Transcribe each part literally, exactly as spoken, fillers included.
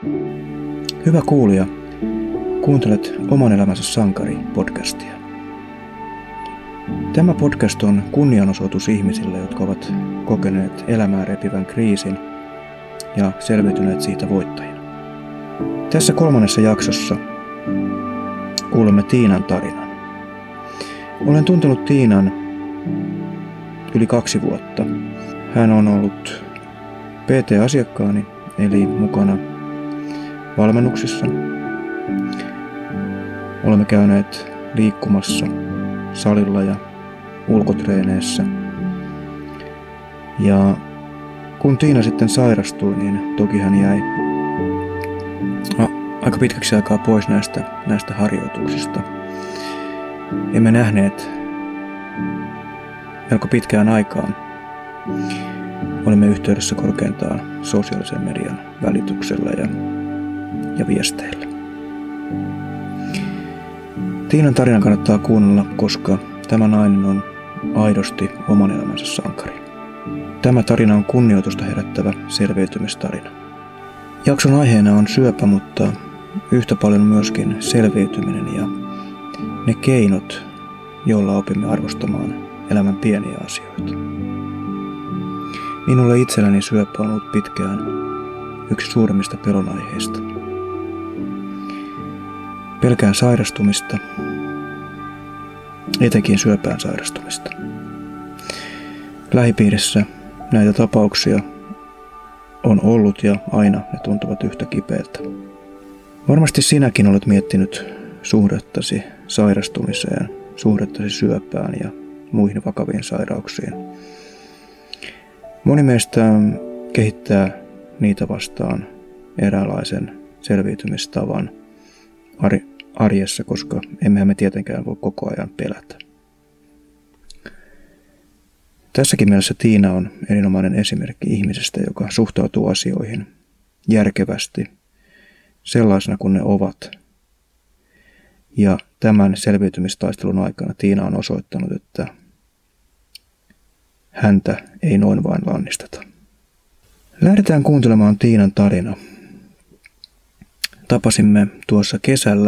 Hyvä kuulija, kuuntelet Oman elämänsä sankari podcastia. Tämä podcast on kunnianosoitus ihmisille, jotka ovat kokeneet elämää repivän kriisin ja selviytyneet siitä voittajina. Tässä kolmannessa jaksossa kuulemme Tiinan tarinan. Olen tuntenut Tiinan yli kaksi vuotta. Hän on ollut P T-asiakkaani, eli mukana valmennuksissa. Olemme käyneet liikkumassa salilla ja ulkotreeneissä. Ja kun Tiina sitten sairastui, niin toki hän jäi aika pitkäksi aikaa pois näistä, näistä harjoituksista. Emme nähneet melko pitkään aikaan. Olimme yhteydessä korkeintaan sosiaalisen median välityksellä ja, ja viesteillä. Tiinan tarinan kannattaa kuunnella, koska tämä nainen on aidosti oman elämänsä sankari. Tämä tarina on kunnioitusta herättävä selviytymistarina. Jakson aiheena on syöpä, mutta yhtä paljon myöskin selviytyminen ja ne keinot, joilla opimme arvostamaan elämän pieniä asioita. Minulle itselläni syöpä on ollut pitkään yksi suurimmista pelonaiheista. Pelkään sairastumista, etenkin syöpään sairastumista. Lähipiirissä näitä tapauksia on ollut ja aina ne tuntuvat yhtä kipeältä. Varmasti sinäkin olet miettinyt suhdettasi sairastumiseen, suhdettasi syöpään ja muihin vakaviin sairauksiin. Moni meistä kehittää niitä vastaan eräänlaisen selviytymistavan arjessa, koska emmehän me tietenkään voi koko ajan pelätä. Tässäkin mielessä Tiina on erinomainen esimerkki ihmisestä, joka suhtautuu asioihin järkevästi, sellaisena kuin ne ovat. Ja tämän selviytymistaistelun aikana Tiina on osoittanut, että häntä ei noin vain lannisteta. Lähdetään kuuntelemaan Tiinan tarina. Tapasimme tuossa kesällä.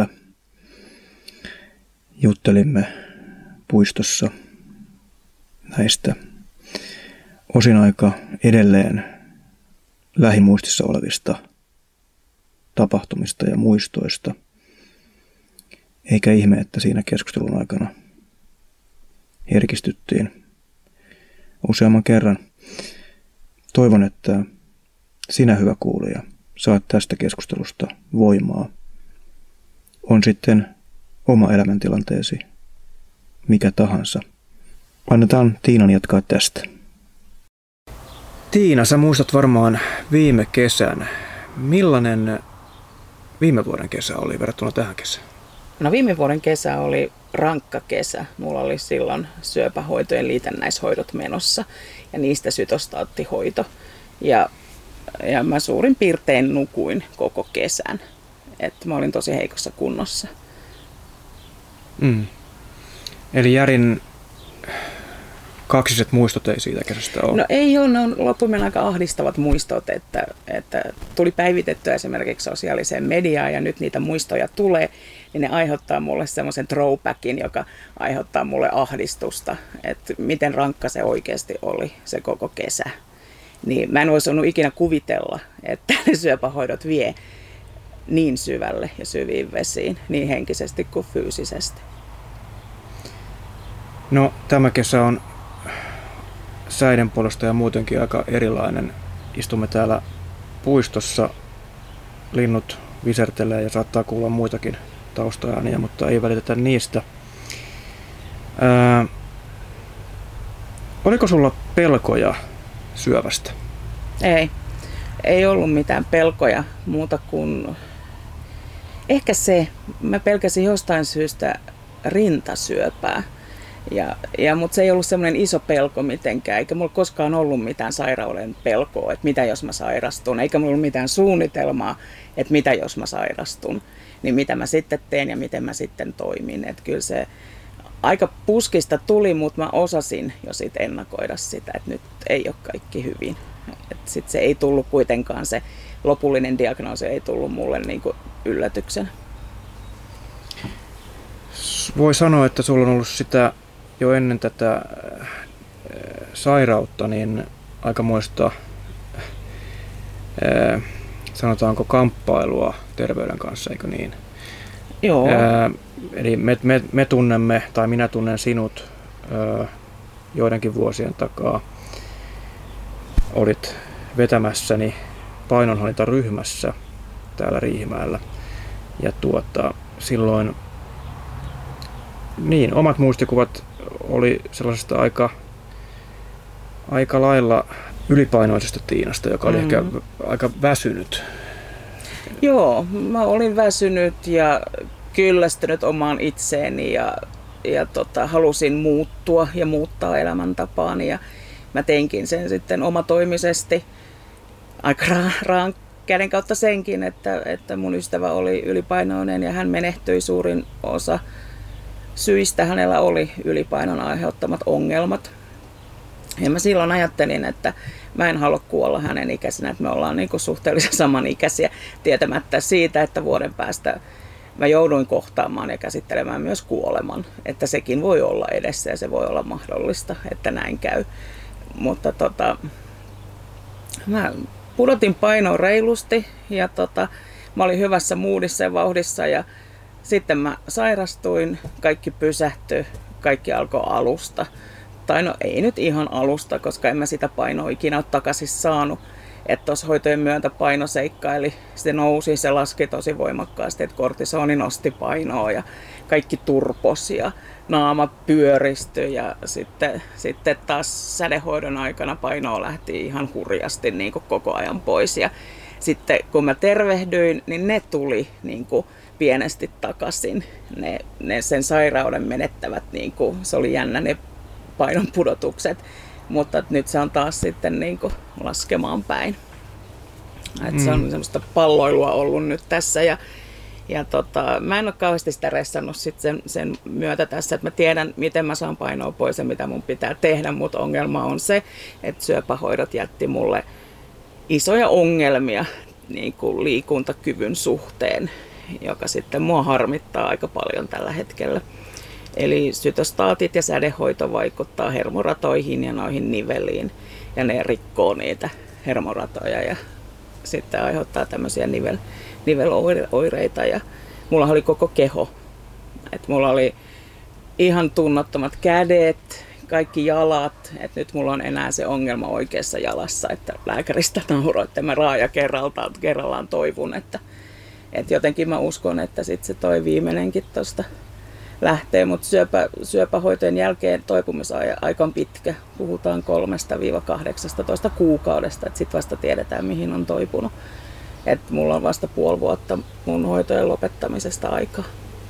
Juttelimme puistossa näistä osin aika edelleen lähimuistissa olevista tapahtumista ja muistoista. Eikä ihme, että siinä keskustelun aikana herkistyttiin useamman kerran. Toivon, että sinä, hyvä kuulija, saat tästä keskustelusta voimaa. On sitten oma elämäntilanteesi mikä tahansa. Annetaan Tiinan jatkaa tästä. Tiina, sä muistat varmaan viime kesän. Millainen viime vuoden kesä oli verrattuna tähän kesään? No viime vuoden kesä oli rankka kesä. Mulla oli silloin syöpähoitojen liitännäishoidot menossa ja niistä sytostaattihoito. Ja, ja mä suurin piirtein nukuin koko kesän. Että mä olin tosi heikossa kunnossa. Mm. Eli Järin kaksiset muistot ei siitä kesästä ole? No ei ole, ne on loppujen aika ahdistavat muistot, että, että tuli päivitettyä esimerkiksi sosiaaliseen mediaan ja nyt niitä muistoja tulee, niin ne aiheuttaa mulle semmoisen throwbackin, joka aiheuttaa mulle ahdistusta, että miten rankka se oikeasti oli se koko kesä. Niin mä en olisi voinut ikinä kuvitella, että ne syöpähoidot vie niin syvälle ja syviin vesiin, niin henkisesti kuin fyysisesti. No tämä kesä on säiden puolesta ja muutenkin aika erilainen. Istumme täällä puistossa, linnut visertelee ja saattaa kuulla muitakin taustaääniä, mutta ei välitetä niistä. Ää, oliko sulla pelkoja syövästä? Ei, ei ollut mitään pelkoja muuta kuin ehkä se, mä pelkäsin jostain syystä rintasyöpää. Ja, ja, mutta se ei ollut semmoinen iso pelko mitenkään, eikä mulla koskaan ollut mitään sairauden pelkoa, että mitä jos mä sairastun, eikä mulla ollut mitään suunnitelmaa, että mitä jos mä sairastun, niin mitä mä sitten teen ja miten mä sitten toimin. Että kyllä se aika puskista tuli, mutta mä osasin jo sit ennakoida sitä, että nyt ei ole kaikki hyvin. Sitten se ei tullut kuitenkaan, se lopullinen diagnoosi ei tullut mulle niin kuin yllätyksenä. Voi sanoa, että sulla on ollut sitä jo ennen tätä sairautta niin aikamoista, sanotaanko, kamppailua terveyden kanssa, eikö niin? Joo. Ää, eli me, me, me tunnemme, tai minä tunnen sinut ää, joidenkin vuosien takaa. Olit vetämässäni painonhallintaryhmässä täällä Riihimäellä. Ja tuota, silloin niin, omat muistikuvat oli sellaisesta aika, aika lailla ylipainoisesta Tiinasta, joka oli mm. ehkä aika väsynyt. Joo, mä olin väsynyt ja kyllästynyt omaan itseeni ja, ja tota, halusin muuttua ja muuttaa elämäntapaani. Ja mä teinkin sen sitten omatoimisesti aika ra- raan käden kautta senkin, että, että mun ystävä oli ylipainoinen ja hän menehtyi. Suurin osa syistä hänellä oli ylipainon aiheuttamat ongelmat. Ja mä silloin ajattelin, että mä en halua kuolla hänen ikäisenä, että me ollaan niin kuin suhteellisen samanikäisiä, tietämättä siitä, että vuoden päästä mä jouduin kohtaamaan ja käsittelemään myös kuoleman. Että sekin voi olla edessä ja se voi olla mahdollista, että näin käy. Mutta tota, mä pudotin painoa reilusti ja tota, mä olin hyvässä moodissa ja vauhdissa ja sitten mä sairastuin, kaikki pysähtyi, kaikki alkoi alusta. Tai no ei nyt ihan alusta, koska en mä sitä painoa ikinä ole takaisin saanut. Että tuossa hoitojen myötä paino seikkaili, se nousi, se laski tosi voimakkaasti, että kortisoni nosti painoa ja kaikki turposi ja naama pyöristyi ja sitten, sitten taas sädehoidon aikana painoa lähti ihan hurjasti niin kuin koko ajan pois. Ja sitten kun mä tervehdyin, niin ne tuli niin kuin pienesti takaisin, ne, ne sen sairauden menettävät, niin kuin, se oli jännä ne painon pudotukset, mutta nyt se on taas sitten niin kuin laskemaan päin. Mm. Se on semmoista palloilua ollut nyt tässä ja, ja tota, mä en ole kauheasti sitä ressannut sit sen, sen myötä tässä, että mä tiedän miten mä saan painoa pois ja mitä mun pitää tehdä, mutta ongelma on se, että syöpähoidot jätti mulle isoja ongelmia niin kuin liikuntakyvyn suhteen, joka sitten mua harmittaa aika paljon tällä hetkellä. Eli sytostaatit ja sädehoito vaikuttaa hermoratoihin ja noihin niveliin ja ne rikkoo niitä hermoratoja ja sitten aiheuttaa tämmöisiä nivel, niveloireita ja mulla oli koko keho. Et mulla oli ihan tunnottomat kädet, kaikki jalat, että nyt mulla on enää se ongelma oikeassa jalassa, että lääkäristä nauroi, että mä raaja kerraltaan, kerrallaan toivun, että, että jotenkin mä uskon, että sitten se toi viimeinenkin tosta lähtee, mutta syöpä, syöpähoitojen jälkeen toipumisaika on pitkä. Puhutaan kolmesta kahdeksastatoista kuukaudesta, että sitten vasta tiedetään, mihin on toipunut. Et mulla on vasta puoli vuotta mun hoitojen lopettamisesta aikaa.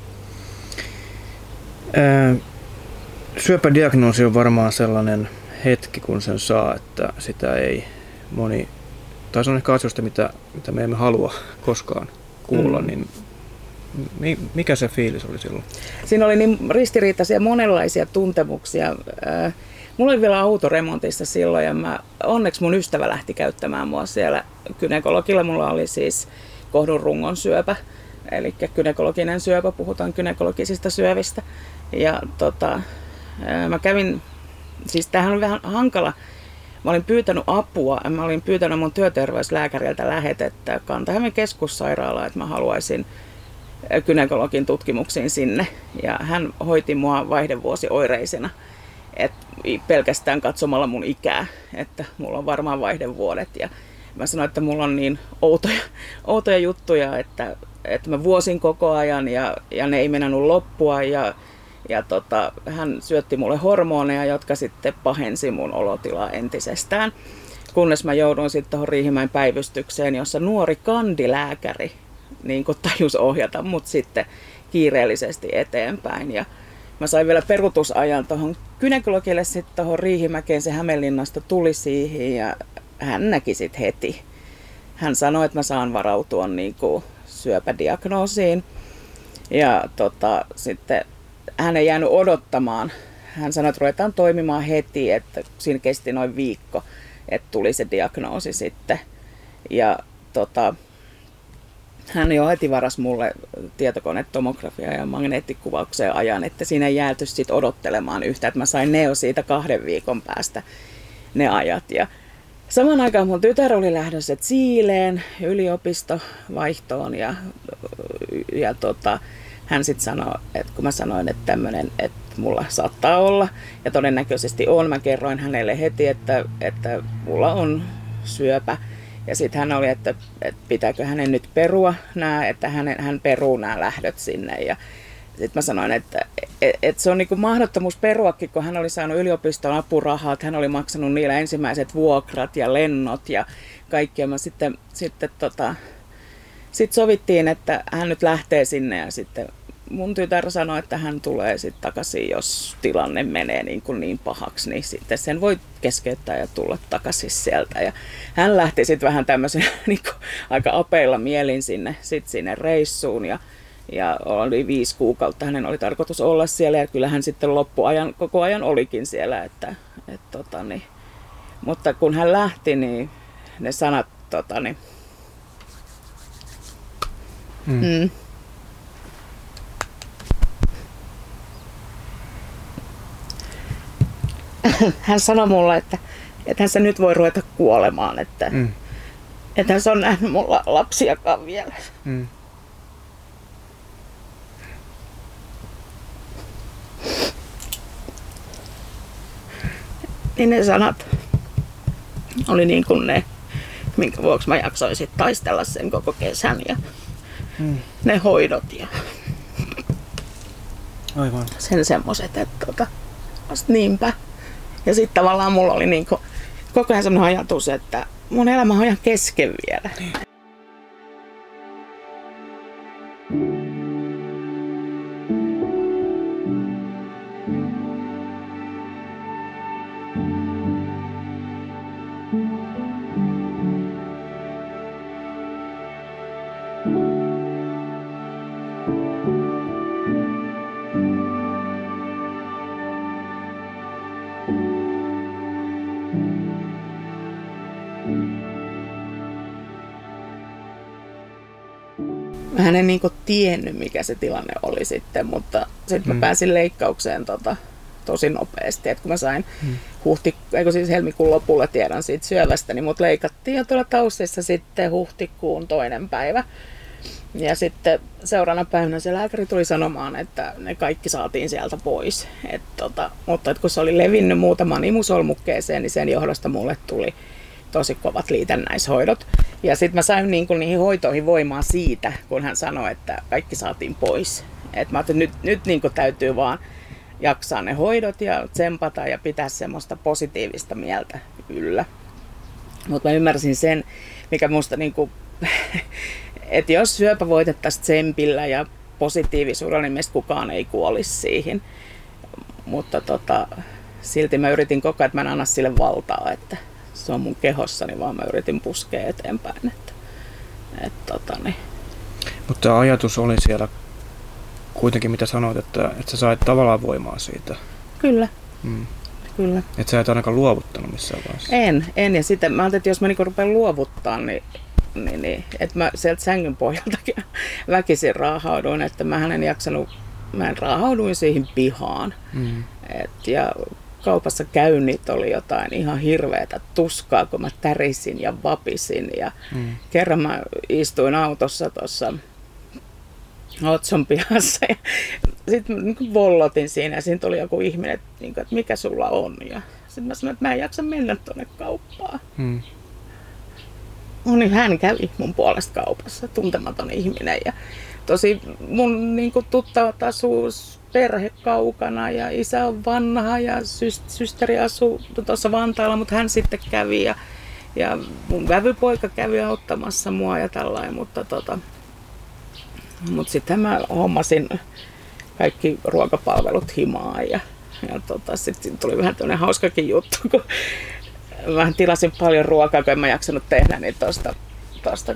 Ää, syöpädiagnoosi on varmaan sellainen hetki, kun sen saa, että sitä ei moni, tai se on ehkä asioista, mitä, mitä me emme halua koskaan kuulla, mm. niin mikä se fiilis oli silloin? Siinä oli niin ristiriitaisia monenlaisia tuntemuksia. Mulla oli vielä autoremontissa silloin ja mä, onneksi mun ystävä lähti käyttämään mua siellä gynekologilla. Mulla oli siis kohdunrungon syöpä, eli gynekologinen syöpä, puhutaan gynekologisista syövistä. Ja tota, mä kävin, siis tämähän oli vähän hankala. Mä olin pyytänyt apua, mä olin pyytänyt mun työterveyslääkäriltä lähetettä Kanta-Hämeen keskussairaalaan, että mä haluaisin gynekologin tutkimuksiin sinne. Ja hän hoiti mua vaihdevuosioireisena, et pelkästään katsomalla mun ikää, että mulla on varmaan vaihdevuodet. Ja mä sanoin, että mulla on niin outoja, outoja juttuja, että, että mä vuosin koko ajan ja, ja ne ei mennyt loppua. Ja, ja tota, hän syötti mulle hormoneja, jotka sitten pahensi mun olotilaa entisestään. Kunnes mä joudun sitten tuohon Riihimäen päivystykseen, jossa nuori kandilääkäri niin kuin tajus ohjata mut sitten kiireellisesti eteenpäin. Ja mä sain vielä peruutusajan tuohon gynekologille sitten tuohon Riihimäkeen, se Hämeenlinnasta tuli siihen ja hän näki sitten heti. Hän sanoi, että mä saan varautua niin kuin syöpädiagnoosiin ja tota, sitten hän ei jäänyt odottamaan. Hän sanoi, että ruvetaan toimimaan heti, että siinä kesti noin viikko. että tuli se diagnoosi sitten. Ja tota, hän jo heti varasi mulle tietokonetomografiaa ja magneettikuvaukseen ajan, että siinä ei jääty sit odottelemaan yhtä, että mä sain ne jo siitä kahden viikon päästä ne ajat. Ja samaan aikaan mun tytär oli lähdössä Chileen yliopistovaihtoon ja, ja tota, hän sitten sanoi, että kun mä sanoin, että tämmöinen, että mulla saattaa olla ja todennäköisesti on, mä kerroin hänelle heti, että, että mulla on syöpä. Ja sitten hän oli, että, että pitääkö hänen nyt perua nämä, että hän, hän peruu nämä lähdöt sinne. Ja sitten mä sanoin, että, että, että se on niin kuin mahdottomuus peruakin, kun hän oli saanut yliopiston apurahaa, että hän oli maksanut niillä ensimmäiset vuokrat ja lennot ja kaikkea. Mä sitten, sitten tota, sit sovittiin, että hän nyt lähtee sinne ja sitten mun tytär sanoi, että hän tulee sitten takaisin, jos tilanne menee niin, kuin niin pahaksi, niin sitten sen voi keskeyttää ja tulla takaisin sieltä. Ja hän lähti sitten vähän tämmöisen niin kuin aika apeilla mielin sinne, sit sinne reissuun ja, ja oli viisi kuukautta hänen oli tarkoitus olla siellä ja kyllä hän sitten loppuajan, koko ajan olikin siellä. Että, et, tota, niin. Mutta kun hän lähti, niin ne sanat tota, niin, mm. Mm, hän sanoi mulle, että, että hän se nyt voi ruveta kuolemaan, että, mm. että hän se on nähnyt mulla lapsiakaan vielä. Mm. Niin ne sanat oli niin kuin ne, minkä vuoksi mä jaksoin sit taistella sen koko kesän ja mm. ne hoidot ja aivan. Sen semmoiset, että tota, niinpä. Ja sitten tavallaan mulla oli niinku koko ajan sellainen ajatus, että mun elämä on ihan kesken vielä. Mä en niinku tiennyt, mikä se tilanne oli sitten, mutta sitten mä mm. pääsin leikkaukseen tota, tosi nopeasti. Et kun mä sain mm. huhti, eikö siis helmikuun lopulla tiedon siitä syövästä, niin mut leikattiin jo tuolla Taussissa sitten huhtikuun toinen päivä. Ja sitten seuraavana päivänä se lääkäri tuli sanomaan, että ne kaikki saatiin sieltä pois. Et tota, mutta et kun se oli levinnyt muutaman imusolmukkeeseen, niin sen johdosta mulle tuli tosi kovat liitännäishoidot. Ja sitten mä sain niinku niihin hoitoihin voimaa siitä, kun hän sanoi, että kaikki saatiin pois. Et mä ajattelin, että nyt, nyt niinku täytyy vaan jaksaa ne hoidot ja tsempata ja pitää semmoista positiivista mieltä yllä. Mutta mä ymmärsin sen, mikä musta niinku, että jos syöpä voitettaisiin tsempillä ja positiivisuudella, niin meistä kukaan ei kuolisi siihen. Mutta tota, silti mä yritin koko ajan, että mä en anna sille valtaa, että se on mun kehossani, vaan mä yritin puskea eteenpäin. Että, et, tota, niin. Mutta ajatus oli siellä kuitenkin, mitä sanoit, että, että sä sait tavallaan voimaa siitä. Kyllä. Mm. Kyllä. Että sä et ainakaan luovuttanut missään vaiheessa. En, en. Ja sitten mä ajattelin, että jos mä niinku rupean luovuttaa, niin, niin, niin että mä sieltä sängyn pohjaltakin väkisin raahauduin, että mä en jaksanut, mä en raahauduin siihen pihaan. Mm. Et, ja kaupassa käynnit oli jotain ihan hirveätä tuskaa, kun mä tärisin ja vapisin. Ja mm. kerran mä istuin autossa tuossa Otson pihassa ja sitten niin vollotin siinä ja siinä tuli joku ihminen, että, niin kuin, että mikä sulla on. Ja sitten mä sanoin, että mä en jaksa mennä tuonne kauppaan. Mm. No niin, hän kävi mun puolesta kaupassa, tuntematon ihminen. Ja tosi mun niin kuin, tuttavat asuu perhe kaukana ja isä on vanha ja systeri asuu tuossa Vantaalla, mutta hän sitten kävi ja, ja mun vävypoika kävi auttamassa mua ja tällainen, mutta tota, mut sitten mä hommasin kaikki ruokapalvelut himaan ja, ja tota, sitten tuli vähän tämmöinen hauskakin juttu, kun mä tilasin paljon ruokaa, kun en mä jaksanut tehdä niin tosta, tosta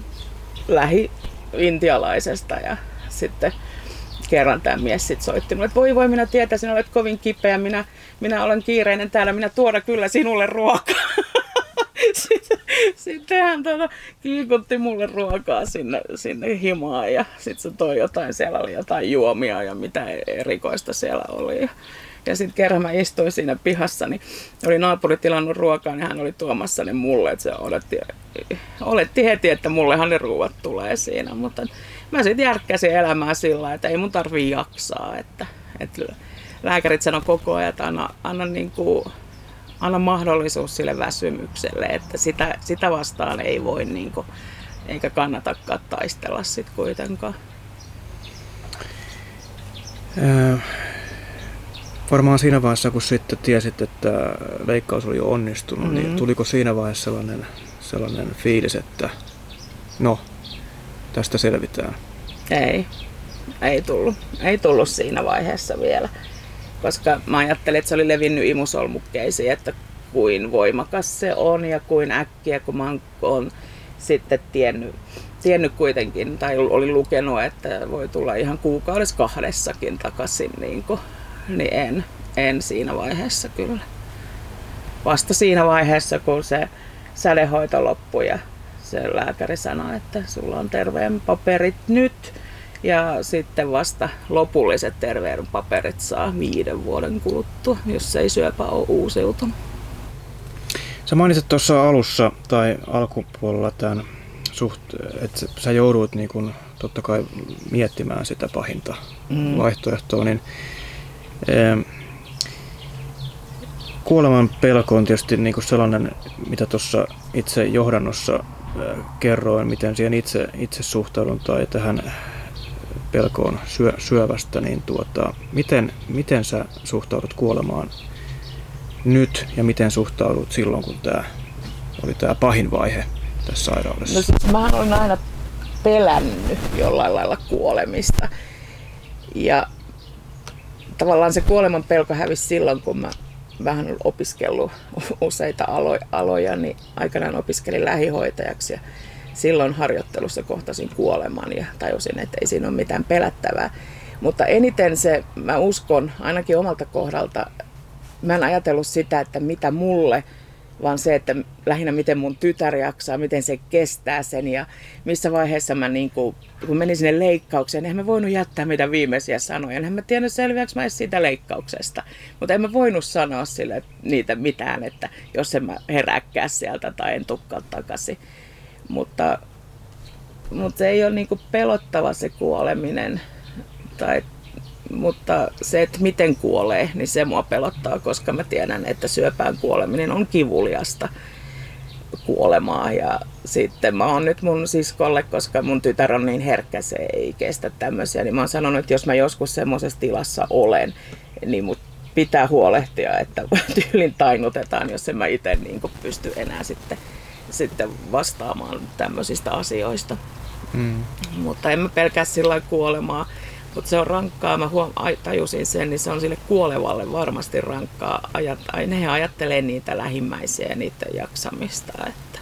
lähi-intialaisesta ja sitten kerran tämä mies sit soitti mulle, että voi voi, minä tietäisin, olet kovin kipeä, minä, minä olen kiireinen täällä, minä tuoda kyllä sinulle ruokaa. sitten, sitten hän tuota, kiikutti mulle ruokaa sinne, sinne himaan ja sitten se toi jotain, siellä oli jotain juomia ja mitä erikoista siellä oli. Ja, ja sitten kerran mä istuin siinä pihassa, niin oli naapuri tilannut ruokaa, niin hän oli tuomassa ne mulle, että se oletti, oletti heti, että mullehan ne ruuat tulee siinä, mutta mä sitten järkkäsin elämää sillä, että ei mun tarvii jaksaa, että, että lääkärit sanoi koko ajan, että anna, anna, niin kuin, anna mahdollisuus sille väsymykselle, että sitä, sitä vastaan ei voi, niin kuin, eikä kannatakaan taistella sitten kuitenkaan. Äh, varmaan siinä vaiheessa, kun sitten tiesit, että leikkaus oli jo onnistunut, mm-hmm. niin tuliko siinä vaiheessa sellainen, sellainen fiilis, että no, tästä selvitään? Ei, ei tullut. Ei tullut siinä vaiheessa vielä. Koska mä ajattelin, että se oli levinnyt imusolmukkeisiin, että kuin voimakas se on ja kuin äkkiä, kun mä oon sitten tiennyt, tiennyt kuitenkin, tai oli lukenut, että voi tulla ihan kuukaudessa kahdessakin takaisin, niin, kuin, niin en, en siinä vaiheessa kyllä. Vasta siinä vaiheessa, kun se sädehoito loppui ja se lääkäri sanoi, että sulla on terveen paperit nyt. Ja sitten vasta lopulliset terveydenpaperit saa viiden vuoden kuluttua, jos ei syöpä ole uusiutunut. Sä mainitsit tuossa alussa tai alkupuolella tämän suht, että sä joudut niin kun, totta kai miettimään sitä pahinta mm. vaihtoehtoa, niin eh, kuoleman pelko on tietysti niin kuin sellainen, mitä tuossa itse johdannossa eh, kerroin, miten siihen itse, itse suhtaudun tai tähän pelkoon syö, syövästä, niin tuota, miten, miten sä suhtaudut kuolemaan nyt ja miten suhtaudut silloin, kun tämä oli tämä pahin vaihe tässä sairaudessa? No siis mähän olen aina pelännyt jollain lailla kuolemista ja tavallaan se kuoleman pelko hävisi silloin, kun mä vähän olen opiskellut useita aloja, aloja niin aikanaan opiskelin lähihoitajaksi ja silloin harjoittelussa kohtasin kuoleman ja tajusin, että ei siinä ole mitään pelättävää. Mutta eniten se, mä uskon, ainakin omalta kohdalta, mä en ajatellut sitä, että mitä mulle, vaan se, että lähinnä miten mun tytär jaksaa, miten se kestää sen ja missä vaiheessa mä niin kuin, kun menin sinne leikkaukseen, niin en mä voinut jättää mitä viimeisiä sanoja. En mä tiennyt selviääkö mä edes siitä leikkauksesta, mutta en mä voinut sanoa sille niitä mitään, että jos en mä herääkää sieltä tai en tukkaa takaisin. Mutta, mutta se ei ole niin kuin pelottava se kuoleminen, tai, mutta se, että miten kuolee, niin se mua pelottaa, koska mä tiedän, että syöpään kuoleminen on kivuliasta kuolemaa. Ja sitten mä oon nyt mun siskolle, koska mun tytär on niin herkkä, se ei kestä tämmöisiä, niin mä oon sanonut, että jos mä joskus semmoisessa tilassa olen, niin mut pitää huolehtia, että tyylin tainnutetaan, jos en mä itse niin kuin pysty enää sitten sitten vastaamaan tämmöisistä asioista. Mm. Mutta en mä pelkää sillä kuolemaa, mutta se on rankkaa. Mä huom- tajusin sen, niin se on sille kuolevalle varmasti rankkaa. Ajat- ne ajattelee niitä lähimmäisiä ja niiden jaksamista. Että.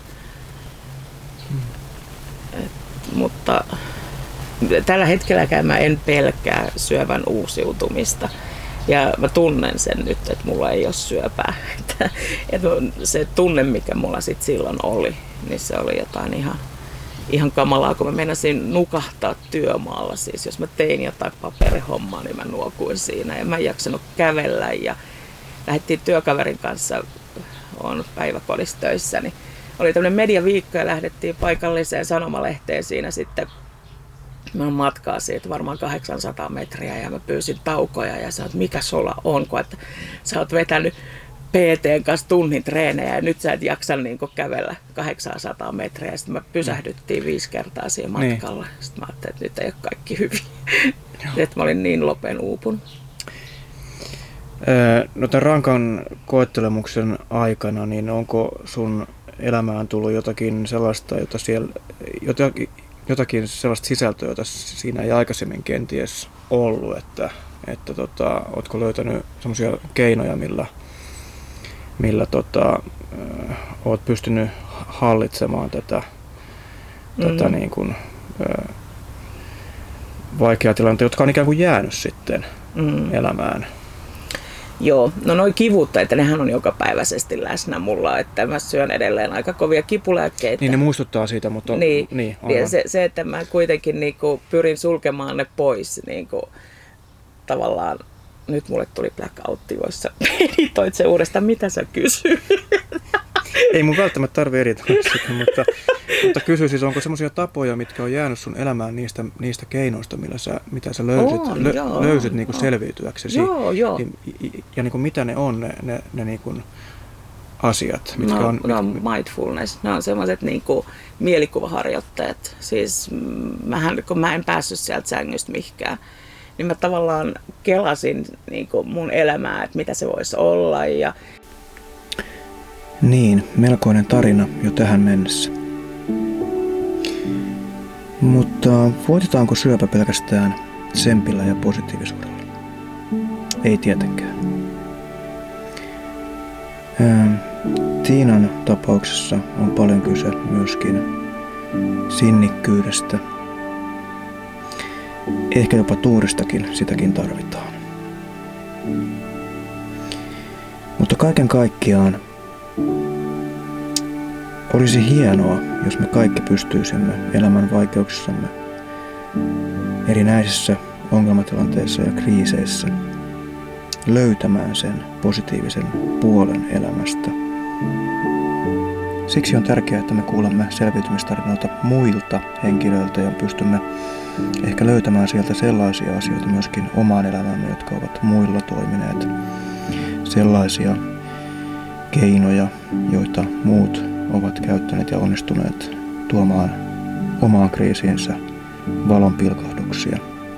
Mm. Et, mutta tällä hetkelläkään mä en pelkää syövän uusiutumista. Ja mä tunnen sen nyt, että mulla ei ole syöpää. Että, että se tunne, mikä mulla sit silloin oli, niin se oli jotain ihan, ihan kamalaa, kun mä meinasin nukahtaa työmaalla. Siis jos mä tein jotain paperihommaa, niin mä nuokuin siinä ja mä en jaksanut kävellä. Ja lähdettiin työkaverin kanssa, on päiväkodissa töissä, niin oli tämmöinen mediaviikko ja lähdettiin paikalliseen sanomalehteen siinä sitten. Mä oon matkaa siitä varmaan kahdeksansataa metriä ja mä pyysin taukoja ja sanoin, että mikä sulla on, kun että sä oot vetänyt P T:n kanssa tunnin treenejä ja nyt sä et jaksa niin kuin kävellä kahdeksansataa metriä. Sitten me pysähdyttiin viisi kertaa siinä matkalla. Niin. Sitten mä ajattelin, että nyt ei ole kaikki hyvin. Että mä olin niin lopen uupunut. No tämän rankan koettelemuksen aikana, niin onko sun elämään tullut jotakin sellaista, jota siellä, jotakin, jotakin sellaista sisältöä, jota siinä ei aikaisemmin kenties ollut, että, että tota, ootko löytänyt sellaisia keinoja, millä, millä tota, ö, oot pystynyt hallitsemaan tätä, mm. tätä niin kuin, ö, vaikeaa tilannetta, jotka on ikään kuin jäänyt sitten mm. elämään? Joo, no noi kivut, että nehän on jokapäiväisesti läsnä mulla, että mä syön edelleen aika kovia kipulääkkeitä. Niin ne muistuttaa siitä, mutta... Niin, niin ja se, se, että mä kuitenkin niinku pyrin sulkemaan ne pois niinku, tavallaan, nyt mulle tuli blackoutti, joissa editoit se uudestaan, mitä sä kysyit? Ei mun välttämättä tarvitse editoida sitä, mutta, mutta kysy siis, onko semmoisia tapoja, mitkä on jäänyt sun elämään niistä, niistä keinoista, millä sä, mitä sä löysit, on, lö, joo, löysit niinku joo. selviytyäksesi? Joo, joo. Ja, ja niinku, mitä ne on, ne, ne, ne niinku asiat, mitkä no, on... No mit... mindfulness, ne on semmoiset niinku mielikuvaharjoitteet. Siis mähän, kun mä en päässyt sieltä sängystä mihinkään, niin mä tavallaan kelasin niinku mun elämää, että mitä se voisi olla. Ja... Niin, melkoinen tarina jo tähän mennessä. Mutta voitetaanko syöpä pelkästään tsempillä ja positiivisuudella? Ei tietenkään. Ää, Tiinan tapauksessa on paljon kyse myöskin sinnikkyydestä. Ehkä jopa tuuristakin, sitäkin tarvitaan. Mutta kaiken kaikkiaan olisi hienoa, jos me kaikki pystyisimme elämän vaikeuksissamme, erinäisissä ongelmatilanteissa ja kriiseissä löytämään sen positiivisen puolen elämästä. Siksi on tärkeää, että me kuulemme selviytymistarinoita muilta henkilöiltä ja pystymme ehkä löytämään sieltä sellaisia asioita myöskin omaan elämäämme, jotka ovat muilla toimineet. Sellaisia keinoja, joita muut ovat käyttäneet ja onnistuneet tuomaan omaan kriisiinsä valonpilkahduksia.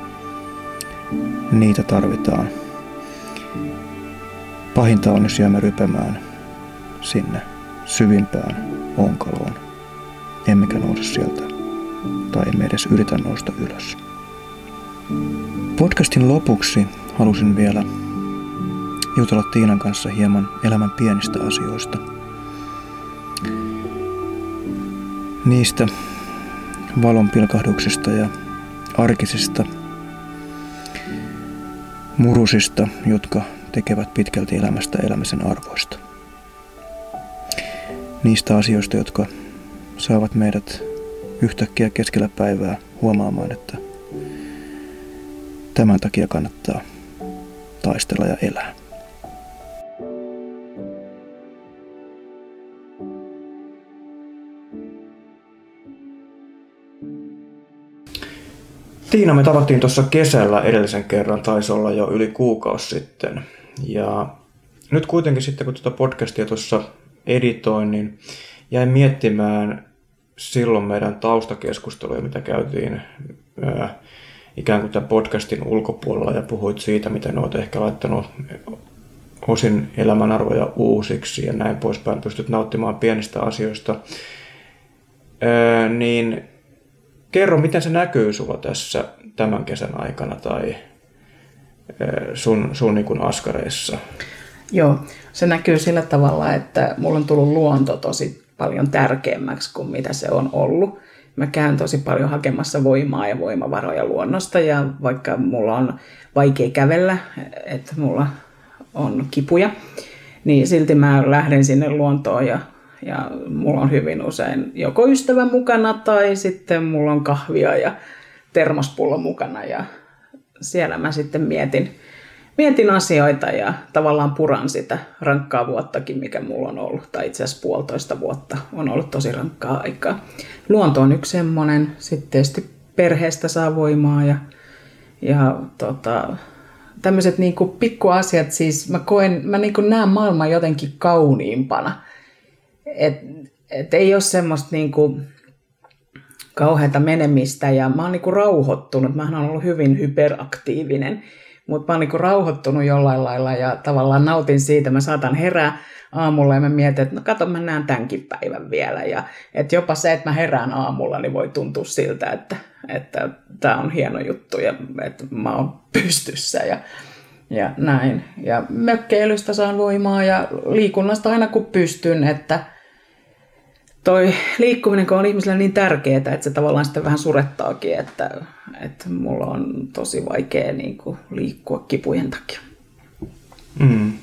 Niitä tarvitaan. Pahinta on, jos jäämme rypemään sinne syvimpään onkaloon, emmekä nouse sieltä tai emme edes yritä nousta ylös. Podcastin lopuksi halusin vielä jutella Tiinan kanssa hieman elämän pienistä asioista. Niistä valonpilkahduksista ja arkisista murusista, jotka tekevät pitkälti elämästä elämisen arvoista. Niistä asioista, jotka saavat meidät yhtäkkiä keskellä päivää huomaamaan, että tämän takia kannattaa taistella ja elää. Tiina me tavattiin tuossa kesällä edellisen kerran, taisi olla jo yli kuukausi sitten. Ja nyt kuitenkin sitten, kun tuota podcastia tuossa editoin, niin jäin miettimään silloin meidän taustakeskusteluja, mitä käytiin ää, ikään kuin tämän podcastin ulkopuolella ja puhuit siitä, miten olet ehkä laittanut osin elämänarvoja uusiksi ja näin poispäin, pystyt nauttimaan pienistä asioista. Ää, niin kerro, miten se näkyy sulla tässä tämän kesän aikana tai sun, sun niin kuin askareissa? Joo, se näkyy sillä tavalla, että mulla on tullut luonto tosi paljon tärkeämmäksi kuin mitä se on ollut. Mä käyn tosi paljon hakemassa voimaa ja voimavaroja luonnosta ja vaikka mulla on vaikea kävellä, että mulla on kipuja, niin silti mä lähden sinne luontoon ja Ja mulla on hyvin usein joko ystävä mukana tai sitten mulla on kahvia ja termospullo mukana. Ja siellä mä sitten mietin, mietin asioita ja tavallaan puran sitä rankkaa vuottakin, mikä mulla on ollut. Tai itse asiassa puolitoista vuotta on ollut tosi rankkaa aikaa. Luonto on yksi semmoinen. Sitten tietysti perheestä saa voimaa ja, ja tota, tämmöiset niinku pikkuasiat. Siis mä koen, mä niinku näen maailman jotenkin kauniimpana. Että et ei ole semmoista niinku kauheata menemistä ja mä oon niinku rauhoittunut. Mähän on ollut hyvin hyperaktiivinen, mutta mä oon niinku rauhoittunut jollain lailla ja tavallaan nautin siitä. Mä saatan herää aamulla ja mä mietin, että no kato, mä näen tämänkin päivän vielä. Ja että jopa se, että mä herään aamulla, niin voi tuntua siltä, että että tää on hieno juttu ja että mä oon pystyssä ja ja näin. Ja mökkeilystä saan voimaa ja liikunnasta aina kun pystyn, että toi liikkuminen kun on ihmisellä niin tärkeää, että se tavallaan sitten vähän surettaakin, että, että mulla on tosi vaikea niin kuin liikkua kipujen takia. Mm.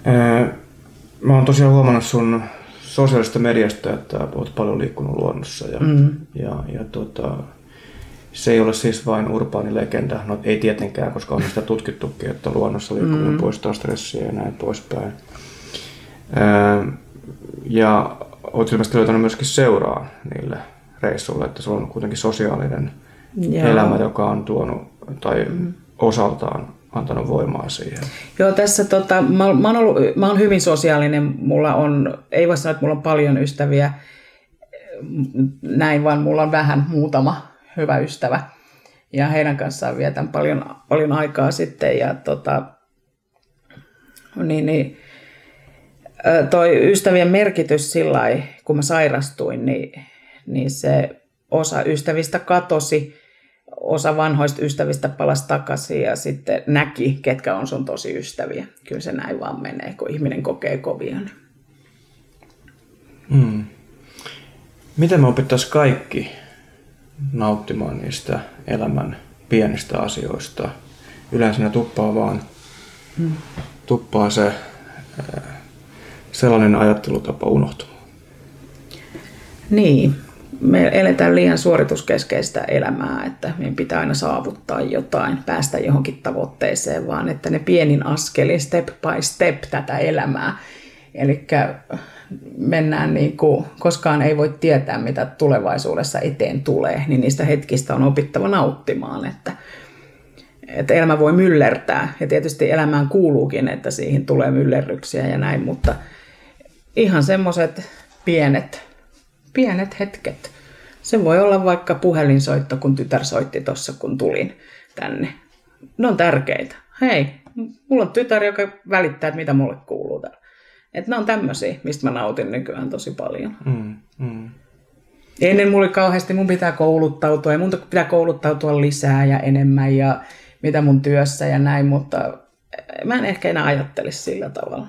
Mä oon tosiaan huomannut sun sosiaalisesta mediasta, että oot paljon liikkunut luonnossa. Ja, mm. ja, ja tota, se ei ole siis vain urbaani legenda. No ei tietenkään, koska on sitä tutkittukin, että luonnossa liikkuminen mm. poistaa stressiä ja näin poispäin. Ja olet ilmeisesti löytänyt myöskin seuraa niille reissuille, että sulla on kuitenkin sosiaalinen Joo. elämä, joka on tuonut tai mm. osaltaan antanut voimaa siihen. Joo, tässä tota, mä, mä, oon ollut, mä oon hyvin sosiaalinen. Mulla on, ei voi sanoa, että mulla on paljon ystäviä näin, vaan mulla on vähän muutama hyvä ystävä. Ja heidän kanssaan vietän paljon, paljon aikaa sitten. Ja tota, niin, niin, toi ystävien merkitys sillä lailla, kun mä sairastuin, niin, niin se osa ystävistä katosi, osa vanhoista ystävistä palasi takaisin ja sitten näki, ketkä on sun tosi ystäviä. Kyllä se näin vaan menee, kun ihminen kokee kovia. Hmm. Miten me opittaisiin kaikki nauttimaan niistä elämän pienistä asioista? Yleensä ne tuppaa vaan, hmm. tuppaa se sellainen ajattelutapa unohtumaan. Niin. Me eletään liian suorituskeskeistä elämää, että meidän pitää aina saavuttaa jotain, päästä johonkin tavoitteeseen, vaan että ne pienin askelin, step by step tätä elämää. Eli mennään niin kuin, koskaan ei voi tietää, mitä tulevaisuudessa eteen tulee, niin niistä hetkistä on opittava nauttimaan, että, että elämä voi myllertää. Ja tietysti elämään kuuluukin, että siihen tulee myllerryksiä ja näin, mutta ihan semmoiset pienet, Pienet hetket. Se voi olla vaikka puhelinsoitto, kun tytär soitti tuossa, kun tulin tänne. Ne on tärkeitä. Hei, mulla on tytär, joka välittää, että mitä mulle kuuluu täällä. Että ne on tämmöisiä, mistä mä nautin nykyään tosi paljon. Mm, mm. Ennen mulla oli kauheasti, mun pitää kouluttautua ja mun pitää kouluttautua lisää ja enemmän ja mitä mun työssä ja näin, mutta mä en ehkä enää ajattele sillä tavalla.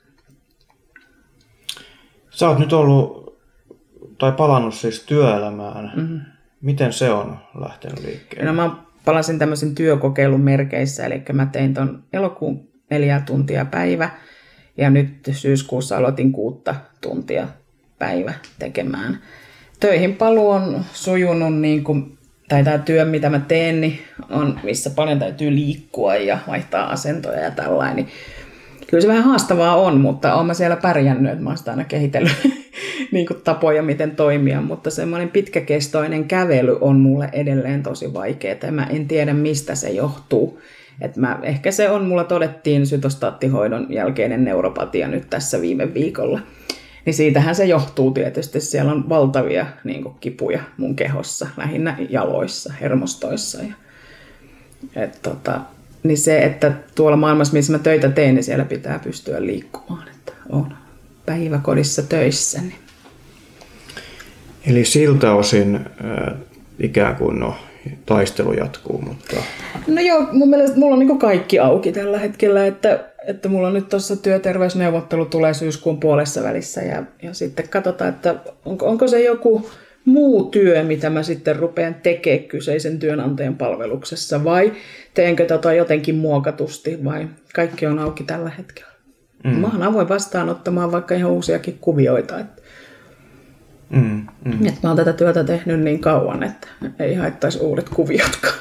Sä oot nyt ollut tai palannut siis työelämään. Mm-hmm. Miten se on lähtenyt liikkeelle? No mä palasin tämmöisen työkokeilun merkeissä, eli mä tein ton elokuun neljä tuntia päivä, ja nyt syyskuussa aloitin kuutta tuntia päivä tekemään. Töihin paluu on sujunut, niin kuin, tai tämä työ, mitä mä teen, niin on, missä paljon täytyy liikkua ja vaihtaa asentoja ja tällainen. Niin kyllä se vähän haastavaa on, mutta olen mä siellä pärjännyt, että mä oon sitä aina kehitellyt niin kuin tapoja, miten toimia, mutta semmoinen pitkäkestoinen kävely on mulle edelleen tosi vaikeaa, ja mä en tiedä, mistä se johtuu. Et mä, ehkä se on, mulla todettiin sytostaattihoidon jälkeinen neuropatia nyt tässä viime viikolla, niin siitähän se johtuu tietysti. Siellä on valtavia niin kuin kipuja mun kehossa, lähinnä jaloissa, hermostoissa. Ja, et, tota, niin se, että tuolla maailmassa, missä mä töitä teen, niin siellä pitää pystyä liikkumaan, että on päiväkodissa töissä. Niin. Eli siltä osin äh, ikään kuin no, taistelu jatkuu, mutta... No joo, mun mielestä mulla on niin kuin kaikki auki tällä hetkellä, että, että mulla on nyt tuossa työterveysneuvottelu tulee syyskuun puolessa välissä ja, ja sitten katsotaan, että onko, onko se joku muu työ, mitä mä sitten rupean tekemään kyseisen työnantajan palveluksessa vai teenkö tätä jotenkin muokatusti vai kaikki on auki tällä hetkellä. Mm. Mä oon avoin vastaanottamaan vaikka ihan uusiakin kuvioita. Että, mm, mm. että mä oon tätä työtä tehnyt niin kauan, että ei haittaisi uudet kuviotkaan.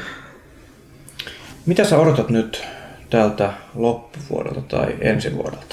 Mitä sä odotat nyt tältä loppuvuodelta tai ensi vuodelta?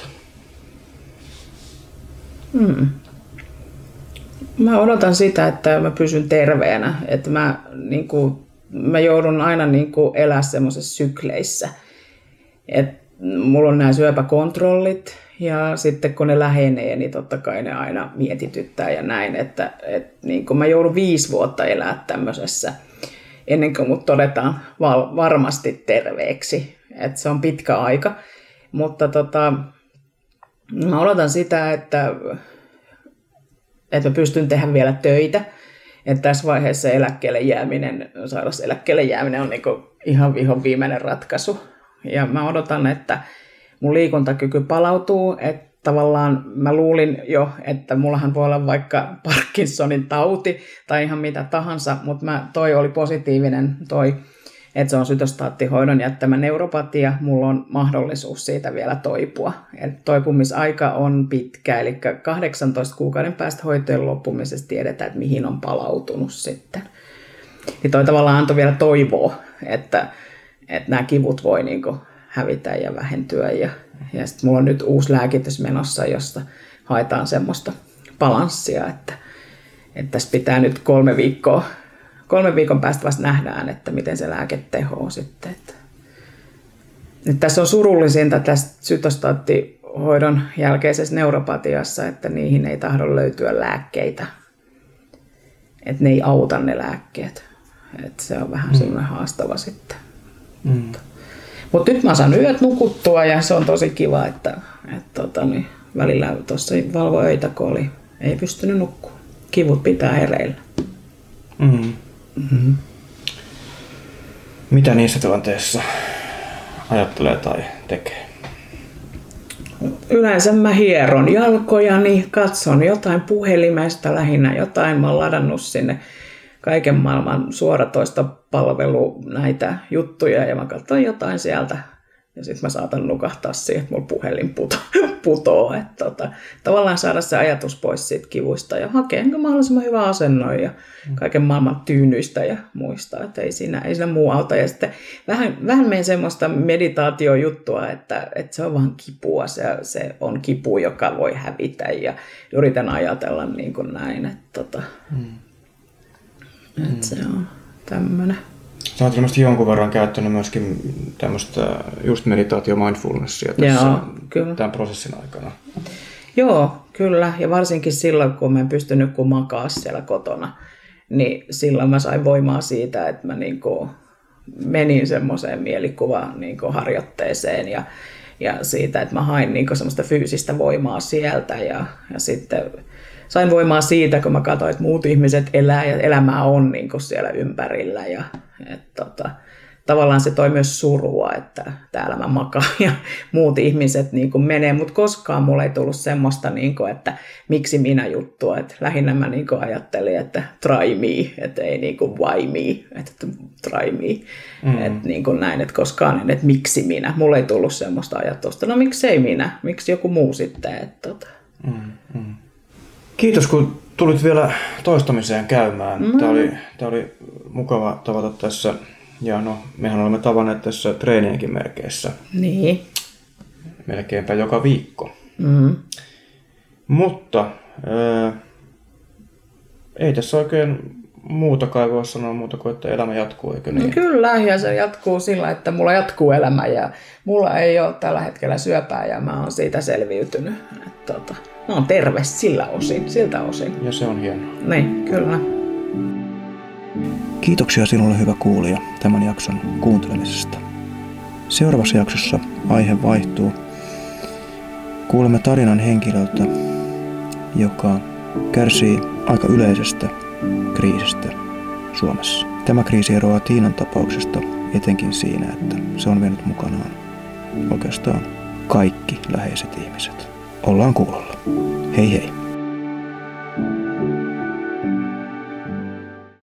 Mm. Mä odotan sitä, että mä pysyn terveenä. Että mä, niin kuin, mä joudun aina niin kuin elää semmoisessa sykleissä. Että mulla on nämä syöpäkontrollit ja sitten kun ne lähenee, niin totta kai ne aina mietityttää ja näin. Että, että niin kuin mä joudun viisi vuotta elää tämmöisessä ennen kuin mut todetaan val- varmasti terveeksi. Että se on pitkä aika. Mutta tota, mä odotan sitä, että, että mä pystyn tehdä vielä töitä. Että tässä vaiheessa eläkkeelle jääminen, sairauseläkkeelle jääminen on niin kuin ihan vihon viimeinen ratkaisu. Ja mä odotan, että mun liikuntakyky palautuu, että tavallaan mä luulin jo, että mullahan voi olla vaikka Parkinsonin tauti tai ihan mitä tahansa, mutta mä, toi oli positiivinen toi että se on sytostaattihoidon jättämä neuropatia, mulla on mahdollisuus siitä vielä toipua. Et toipumisaika on pitkä, eli kahdeksantoista kuukauden päästä hoitojen loppumisesta tiedetään, että mihin on palautunut sitten. Niin toi tavallaan antoi vielä toivoa, että, että nämä kivut voi niinku hävitä ja vähentyä. Ja, ja sitten mulla on nyt uusi lääkitys menossa, josta haetaan semmoista balanssia, että, että tässä pitää nyt kolme viikkoa, kolme viikon päästä vasta nähdään, että miten se lääke tehoo sitten. Että, että tässä on surullisinta tästä sytostaattihoidon jälkeisessä neuropatiassa, että niihin ei tahdo löytyä lääkkeitä. Että ne ei auta ne lääkkeet. Että se on vähän mm. semmoinen haastava sitten. Mm. Mutta, mutta nyt mä saan yöt nukuttua ja se on tosi kiva, että, että tota, niin välillä tuossa valvoöitä, kun oli, ei pystynyt nukkumaan. Kivut pitää hereillä. Mm. Mm-hmm. Mitä niissä tilanteissa ajattelee tai tekee? Yleensä mä hieron jalkojani, katson jotain puhelimesta lähinnä, jotain mä oon ladannut sinne kaiken maailman suoratoista palvelu näitä juttuja ja mä katson jotain sieltä ja sitten mä saatan nukahtaa siihen, että mulla puhelin puto, putoo. Että tota, tavallaan saada se ajatus pois siitä kivuista ja hakea mahdollisimman hyvä asennon ja kaiken maailman tyynyistä ja muista, että ei siinä, ei siinä muu auta. Ja sitten vähän, vähän menen semmoista meditaatiojuttua, että, että se on vaan kipua, se, se on kipu, joka voi hävitä ja yritän ajatella niin kuin näin, että, tota, hmm. että se on tämmöinen. Sä oot ilmeisesti jonkun verran käyttänyt myöskin tämmöistä just meditaatio mindfulnessia tässä Joo, kyllä. tämän prosessin aikana. Joo, kyllä. Ja varsinkin silloin, kun mä en pystynyt kun makaa siellä kotona, niin silloin mä sain voimaa siitä, että mä niinku menin semmoiseen mielikuvaharjoitteeseen ja, ja siitä, että mä hain niinku semmoista fyysistä voimaa sieltä ja, ja sitten sain voimaa siitä, kun mä katsoin, että muut ihmiset elää ja elämää on niin kuin siellä ympärillä. Ja, et, tota, tavallaan se toi myös surua, että täällä mä makaan ja muut ihmiset niin kuin menee, mutta koskaan mulla ei tullut semmoista, niin kuin, että miksi minä juttua. Et lähinnä mä niin kuin ajattelin, että try me, että ei niin kuin why me, että try me. Mm. Et, niin kuin näin, että koskaan en, että miksi minä. Mulla ei tullut semmoista ajatusta, no miksei minä, miksi joku muu sitten. Että, tota. mm, mm. Kiitos, kun tulit vielä toistamiseen käymään. Mm. Tämä oli, tämä oli mukava tavata tässä. Ja no, mehän olemme tavanneet tässä treenienkin merkeissä. Niin. Melkeinpä joka viikko. Mm. Mutta ää, ei tässä oikein muutakaan voi sanoa muuta kuin, että elämä jatkuu, eikö niin? No kyllä, ja se jatkuu sillä, että mulla jatkuu elämä ja mulla ei ole tällä hetkellä syöpää ja mä oon siitä selviytynyt. Että, tota, mä oon terve sillä osin, siltä osin. Ja se on hienoa. Niin, kyllä. Kiitoksia sinulle, hyvä kuulija, tämän jakson kuuntelemisesta. Seuraavassa jaksossa aihe vaihtuu. Kuulemme tarinan henkilöltä, joka kärsii aika yleisestä kriisistä Suomessa. Tämä kriisi eroaa Tiinan tapauksesta etenkin siinä, että se on vienyt mukanaan oikeastaan kaikki läheiset ihmiset. Ollaan kuulolla. Hei hei!